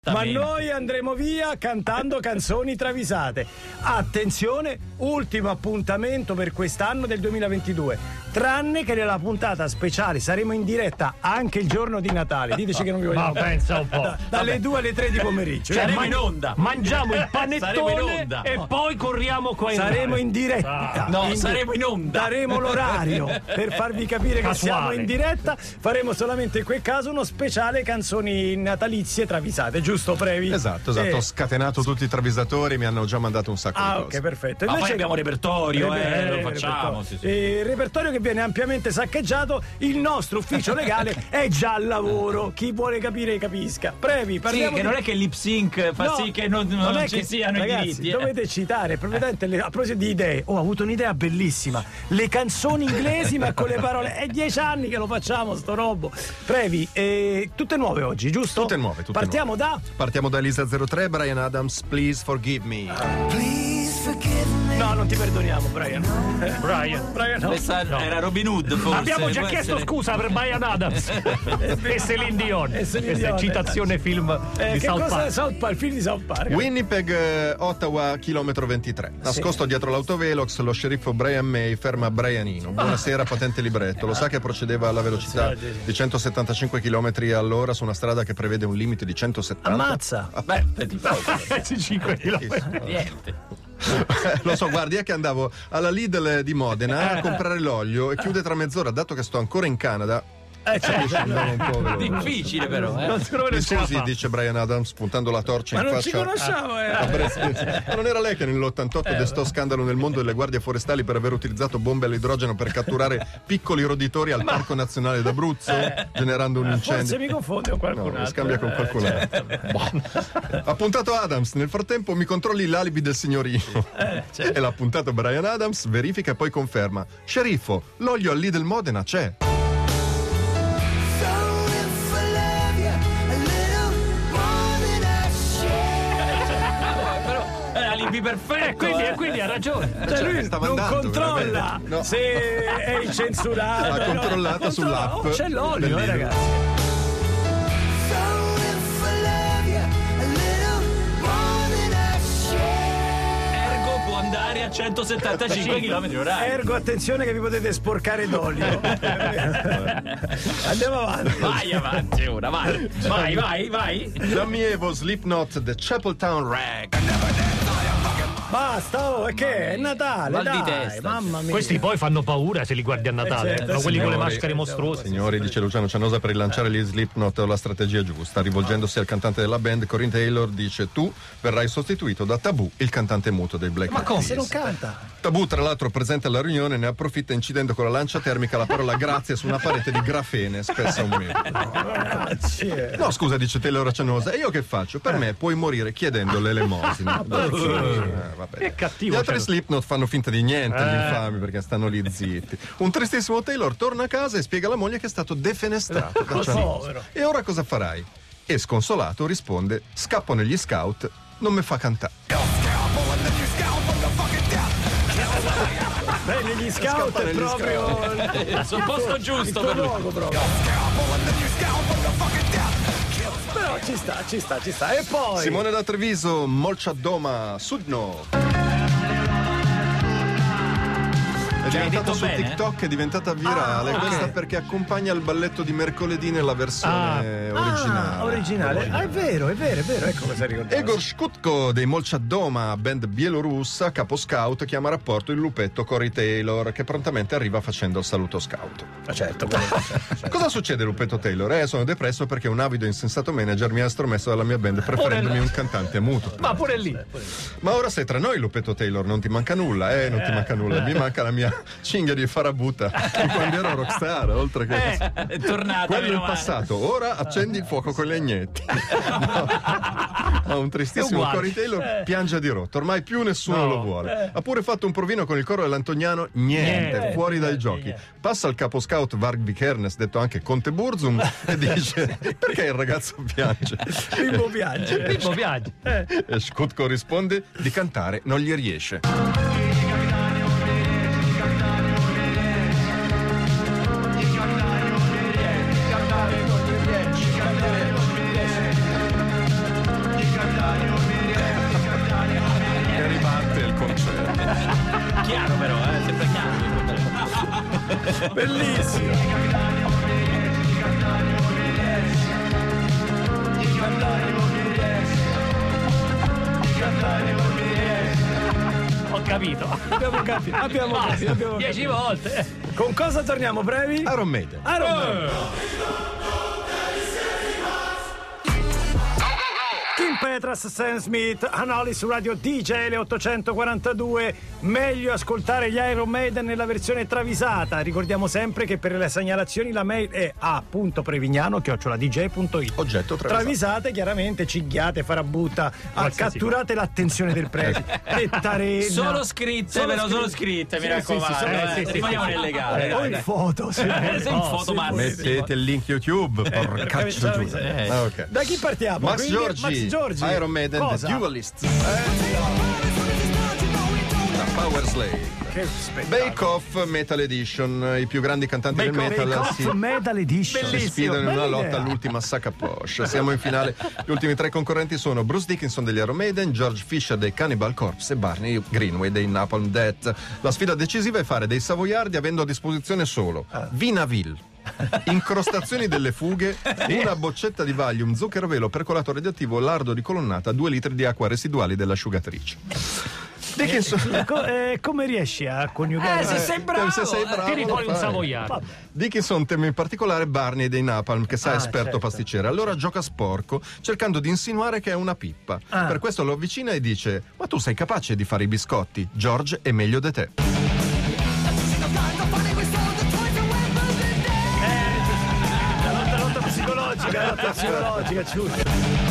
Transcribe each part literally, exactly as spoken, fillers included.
Ma noi andremo via cantando canzoni travisate. Attenzione, ultimo appuntamento per quest'anno del duemilaventidue. Tranne che nella puntata speciale saremo in diretta anche il giorno di Natale. Diteci che non vi vogliamo. Ma pensa un po'. Da, dalle due alle tre di pomeriggio. Cioè, Cioè, man- in onda. Mangiamo il panettone in onda. e poi corriamo qua in saremo live. in diretta. No, in saremo in onda. Daremo l'orario per farvi capire che Casuale. siamo in diretta. Faremo solamente in quel caso uno speciale canzoni natalizie travisate, giusto Previ? Esatto, esatto. Eh. Ho scatenato tutti i travisatori, mi hanno già mandato un sacco Ah, di cose. ok, perfetto. Ma poi Invece- abbiamo repertorio, Reper- eh, lo eh, facciamo. repertorio. Sì, sì. Eh, Il repertorio che viene ampiamente saccheggiato, il nostro ufficio legale è già al lavoro. Chi vuole capire capisca. Previ, Sì, parliamo che di... non è che il lip sync fa No, sì che non, non è ci che- siano ragazzi, i diritti. eh. dovete citare propriamente le- a proposito di idee. Oh, ho avuto un'idea bellissima. Le canzoni inglesi ma con le parole. È dieci anni che lo facciamo sto robo. Previ, eh, tutte nuove oggi, giusto? Tutte nuove, tutte Partiamo nuove. da... Partiamo da Elisa zero tre, Brian Adams, Please Forgive Me. No, non ti perdoniamo, Brian. Eh, Brian. Brian, no. Questa era Robin Hood, forse. Abbiamo già può chiesto essere. scusa per Brian Adams e Celine Dion. E Celine Questa è Dion. citazione film Eh, di che South cosa è Park. South Park? Il film di South Park. Winnipeg, eh, Ottawa, chilometro ventitré. Nascosto dietro l'autovelox, lo sceriffo Brian May ferma Brianino. Buonasera, patente libretto. Lo sa che procedeva alla velocità di centosettantacinque chilometri all'ora su una strada che prevede un limite di centosettanta? Ammazza. Beh, beh, ti prego. cinque chilometri. Niente. Lo so, guardi, è che andavo alla Lidl di Modena a comprare l'olio e chiude tra mezz'ora, dato che sto ancora in Canada. Eh, certo. Andavo un po' veloce. Difficile però, eh. Non secondo me Mi non ce la scusi, fa. dice Brian Adams puntando la torcia Ma in non faccia. ci conosciamo, eh. a Brad Pitt. Ma non era lei che nell'ottantotto destò scandalo nel mondo delle guardie forestali per aver utilizzato bombe all'idrogeno per catturare piccoli roditori al Parco Nazionale d'Abruzzo, generando un Forse incendio? mi confonde con qualcun No, mi altro. scambia con qualcun altro. Boh. Ha puntato Adams, nel frattempo mi controlli l'alibi del signorino. E l'ha puntato Brian Adams, verifica e poi conferma. Sceriffo, l'olio al Lidl Modena c'è. Però è alibi perfetto. Eh, quindi, eh. quindi ha ragione. Cioè, Cioè, lui stava non andando, controlla veramente. No. se è incensurato. L'ha no. controllata Controlla- sull'app Oh, c'è l'olio, del eh, Lidl. ragazzi. Ergo può andare a centosettantacinque chilometri orari. Ergo, attenzione che vi potete sporcare d'olio. Andiamo avanti. Vai avanti ora, vai. Vai, vai, vai. Dammi Evo, Slipknot, The Chapeltown Rag. Basta, oh, e che? È Natale, Mal di dai, testa. mamma mia. Questi poi fanno paura se li guardi a Natale. Eh, certo, Sono quelli con le signori. maschere mostruose. Signori, dice Luciano Cianosa, per rilanciare gli Slipknot ho la strategia giusta. Rivolgendosi al cantante della band, Corinne Taylor dice: tu verrai sostituito da Tabù, il cantante muto dei Black Eyed Peas. Se non canta. Tabù, tra l'altro, presente alla riunione, ne approfitta incidendo con la lancia termica la parola grazie su una parete di grafene spessa un metro. Grazie. No, scusa, dice Taylor a Cianosa, e io che faccio? Per me puoi morire chiedendo l'elemosina. Eh, vabbè. Che cattivo. Gli altri cioè. Slipknot fanno finta di niente, Eh. gli infami, perché stanno lì zitti. Un tristissimo Taylor torna a casa e spiega alla moglie che è stato defenestrato da Cianosa. Povero. E ora cosa farai? E sconsolato risponde: scappo negli scout, non mi fa cantare. Beh, negli scout Scappa è negli proprio Sul posto giusto il per lui. luogo proprio. Però ci sta, ci sta, ci sta. E poi Simone da Treviso, Molciadoma, Sudno. È Cioè, hai diventata detto su bene? TikTok, è diventata virale Ah, ok. questa perché accompagna il balletto di mercoledì nella versione Ah, originale. originale. Ah, è vero, è vero, è vero, ecco cosa ricordavo. Egor Shkutko dei Molciadoma, band bielorussa, capo scout, chiama a rapporto il lupetto Cory Taylor, che prontamente arriva facendo il saluto scout. Ah, certo, quello che c'è. Cosa succede, lupetto Taylor? Eh, sono depresso perché un avido e insensato manager mi ha estromesso dalla mia band preferendomi un cantante muto. Ma pure lì. Ma ora sei tra noi, lupetto Taylor, non ti manca nulla, eh, non ti manca nulla. Mi manca la mia cinghia di Farabuta di quando ero rockstar, oltre che... È tornata. Quello è meno il male. passato, ora accendi il fuoco con gli agnetti. No. Ma un tristissimo È uguale. Cory Taylor piange a dirotto, ormai più nessuno No. lo vuole. Ha pure fatto un provino con il coro dell'Antoniano, niente, Niente. fuori dai giochi. Passa al capo scout Varg Vikernes, detto anche Conte Burzum, e dice: perché il ragazzo piange? Bimbo piange. Pippo Viaggi. E Skutko risponde: di cantare non gli riesce. Bellissimo. Ho capito. Abbiamo capito, abbiamo capito, abbiamo Dieci capito. volte. Con cosa torniamo brevi? Iron Maiden. Iron Maiden. Kim Petras, Sam Smith, Anoli su Radio D J L ottocentoquarantadue. Meglio ascoltare gli Iron Maiden nella versione travisata. Ricordiamo sempre che per le segnalazioni la mail è a punto prevignano chiocciola d j punto it. Oggetto travisato. Travisate, chiaramente, cinghiate, farabutta, ah, Qualsiasi catturate l'attenzione del preside. Pettarella. Solo scritte, Solo però, solo scritte. scritte, mi Sì, sì, raccomando. sì, eh, sì, sì, rimaniamo sì. nel legale. Eh, dai, o in dai. foto, sì. Eh, se in No, foto, sì, ma- Mettete il link YouTube, porcaccio giù. Eh. Ah, ok. Da chi partiamo? Max Quindi, Giorgi, Max Giorgi. Iron Maiden, Cosa? The Duelists. La Power Slave. Che spettacolo. Bake Off Metal Edition, i più grandi cantanti Bake del Off, metal Bake Off si, Metal Edition. si sfidano in una Bella lotta idea. all'ultima sacca poche. Siamo in finale. Gli ultimi tre concorrenti sono Bruce Dickinson degli Iron Maiden, George Fisher dei Cannibal Corpse e Barney Greenway dei Napalm Death. La sfida decisiva è fare dei savoiardi avendo a disposizione solo Vinaville, incrostazioni delle fughe, una boccetta di Valium, zucchero velo, percolato radioattivo, lardo di colonnata, due litri di acqua residuali dell'asciugatrice. Dickinson, Co- eh, come riesci a coniugare? Eh, se sei bravo. se sei bravo Tiri lo fuori un fai. savoiardo. Dickinson teme in particolare Barney dei Napalm, che sa Ah, esperto certo. pasticcere. Allora gioca sporco, cercando di insinuare che è una pippa. Ah. Per questo lo avvicina e dice: ma tu sei capace di fare i biscotti? George è meglio di te. La lotta, lotta psicologica, la lotta psicologica, ciuccia.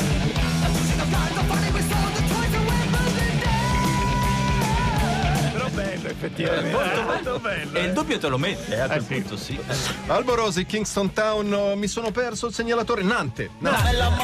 Però bello, effettivamente. Molto, molto bello. E il doppio te lo mette, eh, a quel sì. punto sì. Alborosi, Kingston Town, oh, mi sono perso il segnalatore. Nante. Nante.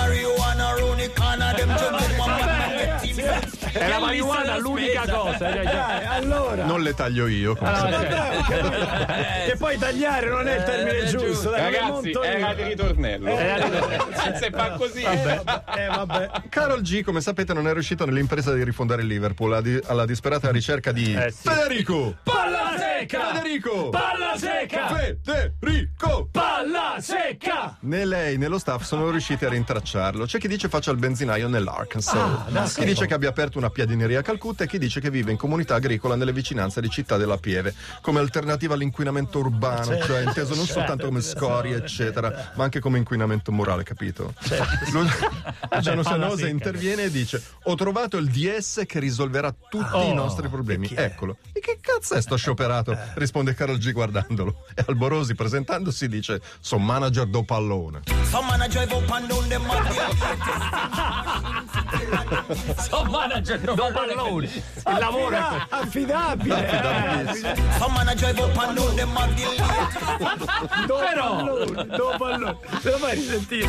È la marijuana l'unica cosa. cioè, cioè. Dai, allora. Non le taglio io. come Ah, sapete. Vabbè, ho capito. Che poi tagliare non è il termine Eh, giusto. giusto. Dai, come Ragazzi, monto io. era di ritornello. Eh, Se fa così. Eh, vabbè. Carol G, come sapete, non è riuscito nell'impresa di rifondare il Liverpool alla, di- alla disperata ricerca di Eh, sì. Federico. Palla secca! Federico. Palla secca! Federico. Palla secca! Né lei né lo staff sono riusciti a rintracciarlo. C'è chi dice faccia il benzinaio nell'Arkansas, chi dice che abbia aperto una piadineria a Calcutta e chi dice che vive in comunità agricola nelle vicinanze di Città della Pieve, come alternativa all'inquinamento urbano, cioè inteso non soltanto come scorie, eccetera, ma anche come inquinamento morale, capito? Lu- Luciano palla Sanosa secca. interviene e dice: ho trovato il D S che risolverà tutti Oh, i nostri problemi. e chi è? Eccolo. E che cazzo è sto scioperato? Risponde Carol G guardandolo. E Alborosi, presentandosi, dice: son manager do pallone. Sono manager, non Do palloni. Il lavoro è Affida- affidabile. Affidabilissimo. Do pallone, do pallone. Te lo fai risentire.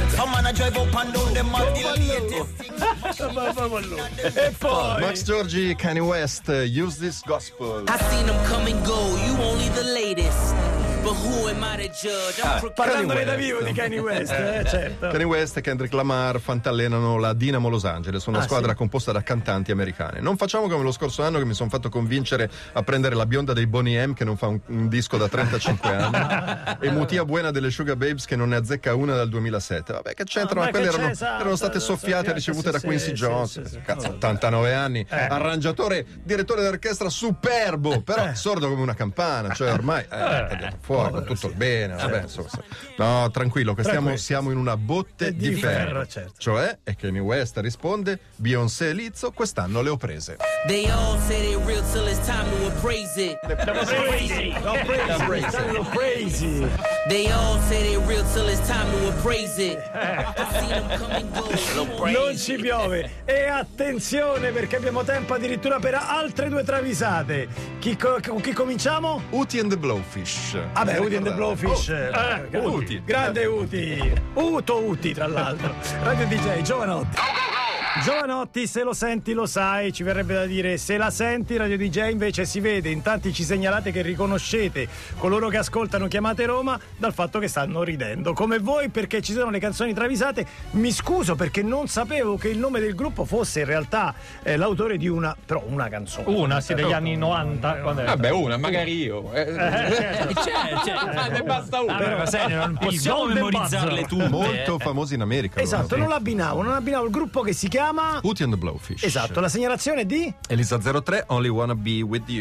Do pallone. E poi Max Giorgi, Kanye West, Use This Gospel. I seen them come and go, you only the latest. But who am I to judge? I'm pro- parlandone Kanye da West. vivo di Kanye West, eh, certo. Kanye West e Kendrick Lamar fantallenano la Dynamo Los Angeles, una Ah, squadra sì? composta da cantanti americane. Non facciamo come lo scorso anno che mi sono fatto convincere a prendere la bionda dei Boney M che non fa un, un disco da trentacinque anni e Mutia Buena delle Sugar Babes che non ne azzecca una dal duemilasette. Vabbè, che c'entrano? Ah, Ma ma quelle che erano, c'è, esatto, erano state esatto, soffiate e ricevute da sì, Quincy sì, Jones. sì, sì. Cazzo, ottantanove anni, arrangiatore, direttore d'orchestra superbo, però sordo come una campana, cioè ormai eh, è detto fuori con tutto il bene. Vabbè, insomma, no, tranquillo, che stiamo, Tranquillo. siamo in una botte Di di, ferro. ferro, certo. Cioè, e Kanye West risponde: Beyoncé e Lizzo quest'anno le ho prese. They all say they real till it's time to appraise it. Crazy. L'ho crazy, stanno crazy. They all say they real till it's time to appraise it. I seen them come and go, you Non only ci piove. E attenzione perché abbiamo tempo addirittura per altre due travisate. Chi, co- con chi cominciamo? Uti and the Blowfish. Vabbè, Uti and the Ricordate? Blowfish. Eh, grande, Uti. grande Uti. Uto Uti, tra l'altro. Radio D J, Giovanotti. Giovanotti, se lo senti lo sai, ci verrebbe da dire se la senti. Radio D J invece si vede, in tanti ci segnalate che riconoscete coloro che ascoltano Chiamate Roma dal fatto che stanno ridendo come voi perché ci sono le canzoni travisate. Mi scuso perché non sapevo che il nome del gruppo fosse in realtà eh, l'autore di una però una canzone. Una, sì, degli anni novanta. Quando era? Vabbè, una, magari io. Eh, C'è, c'è. ne basta una. Però, sai, non possiamo Golden memorizzarle Buzzer. tutte. Molto eh. famosi in America. Esatto, allora. non l'abbinavo, non abbinavo il gruppo che si chiama Hootie and the Blowfish. esatto, la segnalazione di Elisa zero tre, Only Wanna Be With You.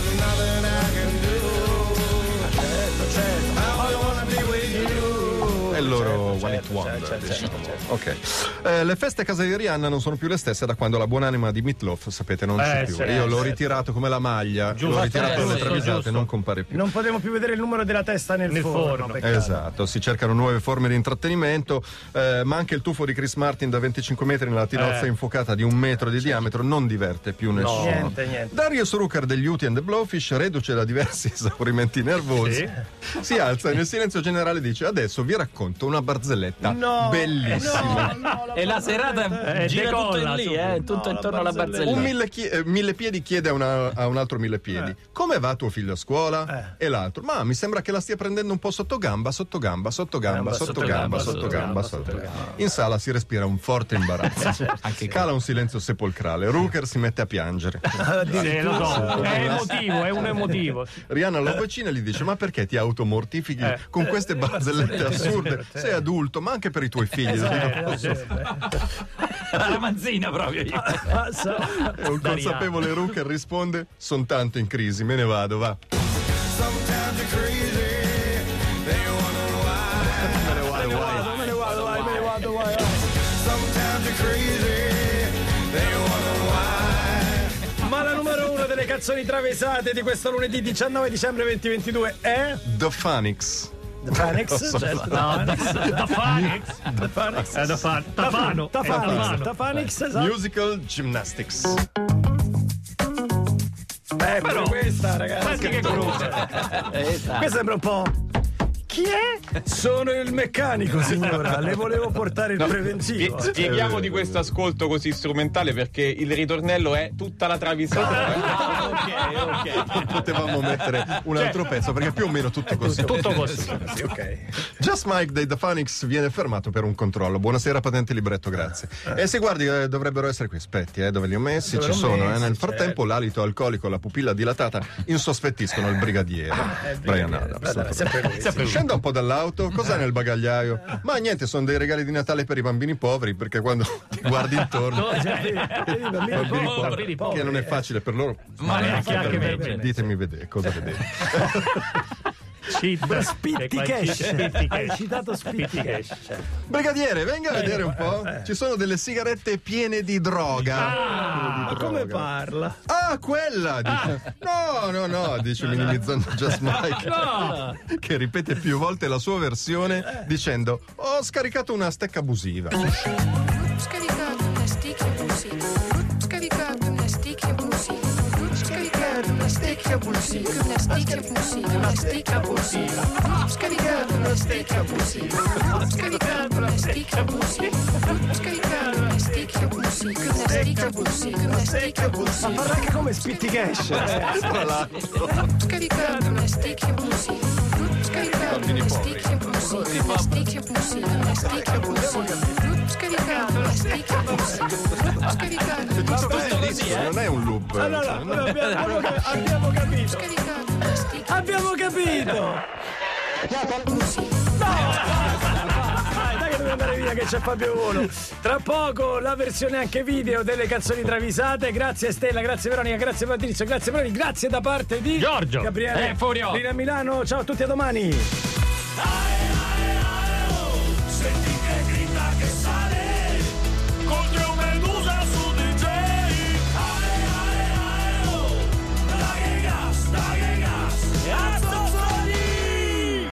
È il loro One It Wonder, diciamo. Ok. Eh, le feste a casa di Rihanna non sono più le stesse da quando la buonanima di Meatloaf, sapete, non c'è Eh, più. sì, Io l'ho certo. ritirato come la maglia, Giusto, l'ho ritirato eh, dalle giusto, travisate, giusto. non compare più. non potremo più vedere il numero della testa nel, Nel forno, forno. peccato. Esatto, si cercano nuove forme di intrattenimento, eh, ma anche il tuffo di Chris Martin da venticinque metri nella tinozza Eh. infuocata di un metro di diametro non diverte più nessuno. Niente, niente. Darius Rucker degli Hootie and the Blowfish, reduce da diversi esaurimenti nervosi, Sì. si alza e nel silenzio generale dice: adesso vi racconto una barzelletta No, bellissima. no, no, la E la serata Eh, gira tutto decolla, lì, subito. eh, tutto No, intorno la alla barzelletta. barzelletta. Un mille, chi- eh, mille piedi chiede a, una- a un altro mille piedi: come va tuo figlio a scuola? E l'altro: ma mi sembra che la stia prendendo un po' sotto gamba, sotto gamba, sotto gamba, Gamba, sotto sotto gamba, gamba, sotto sotto gamba, gamba, sotto sotto gamba. In sala si respira un forte imbarazzo. Cala un silenzio sepolcrale. Rucker si mette a piangere. Sì, lo so. È emotivo, è un emotivo. Rihanna lo avvicina e gli dice: ma perché ti automortifichi Eh. con queste barzellette assurde? Sei adulto, ma anche per i tuoi figli. La ramazzina proprio. io. E un consapevole Rucker risponde: son tanto in crisi, me ne vado, va. me ne vado, vai, me ne vado, vai. Ma la numero uno delle canzoni travisate di questo lunedì diciannove dicembre duemilaventidue è The Phoenix. The Phoenix, certo. No, da Phoenix. The Phoenix. È da fa- Tafano. The È da Phoenix, Tafano. The Phoenix, esatto. Musical Gymnastics. Eh, però questa, ragazzi. Senti che croce. Questa sembra un po'. Chi è? Sono il meccanico, signora. Le volevo portare il preventivo. Spie- Spieghiamo di questo ascolto così strumentale perché il ritornello è tutta la travisata. eh. Non potevamo mettere un altro pezzo perché più o meno tutto così. Tutto così. Sì, ok. Just Mike dei The Phoenix viene fermato per un controllo. Buonasera, patente libretto, grazie. E se guardi, eh, dovrebbero essere qui. Aspetti, eh, dove li ho messi? Dove Ci l'ho sono. messi, eh. Nel certo. frattempo, l'alito alcolico e la pupilla dilatata insospettiscono il brigadiere Brian Adams. Vabbè, sempre lui, sì. Scenda un po' dall'auto, cos'è nel bagagliaio? Ma niente, sono dei regali di Natale per i bambini poveri, perché quando ti guardi intorno, Vedi, vedi, bambini bambini poveri, poveri, poveri, che non è facile per loro. Ma neanche anche per per me. me. Ditemi vedete, cosa vedete? Cheat. Spitti Ecco, Cash. Spitti Hai Cash. citato Spitti Cash. Brigadiere, venga a vedere un po'. Ci sono delle sigarette piene di droga. Ma come parla? Ah, quella! Dice. No, no, no, dice minimizzando Just Mike. Che ripete più volte la sua versione dicendo: ho scaricato una stecca abusiva. Scaricato una stick abusiva. Scaricato una stick abusiva. Scaricato una stick abusiva. Una stick abusiva. Una stick abusiva. Scaricato una stick abusiva. Scaricato una stick abusiva. Scaricato una stick abusiva. Una stick abusiva. Una stick Ma abusiva. parla anche come Spitti Cash. Tra l'altro. Scaricato una stick abusiva. Scaricato una stick abusiva. Una stick abusiva. Una stick abusiva. Scaricato una stick abusiva. Scaricato una Tutto stick bellissimo, non è un loop. Allora, allora, abbiamo, abbiamo- abbiamo capito. Scaricato una stick Abbiamo capito. abusiva. Dai, dai che dobbiamo andare via che c'è Fabio Volo. Tra poco la versione anche video delle canzoni travisate. Grazie Stella, grazie Veronica, grazie Patrizio, grazie Veronica, grazie da parte di Giorgio. Gabriele Eh, Furio. Rina Milano. Ciao a tutti, a domani.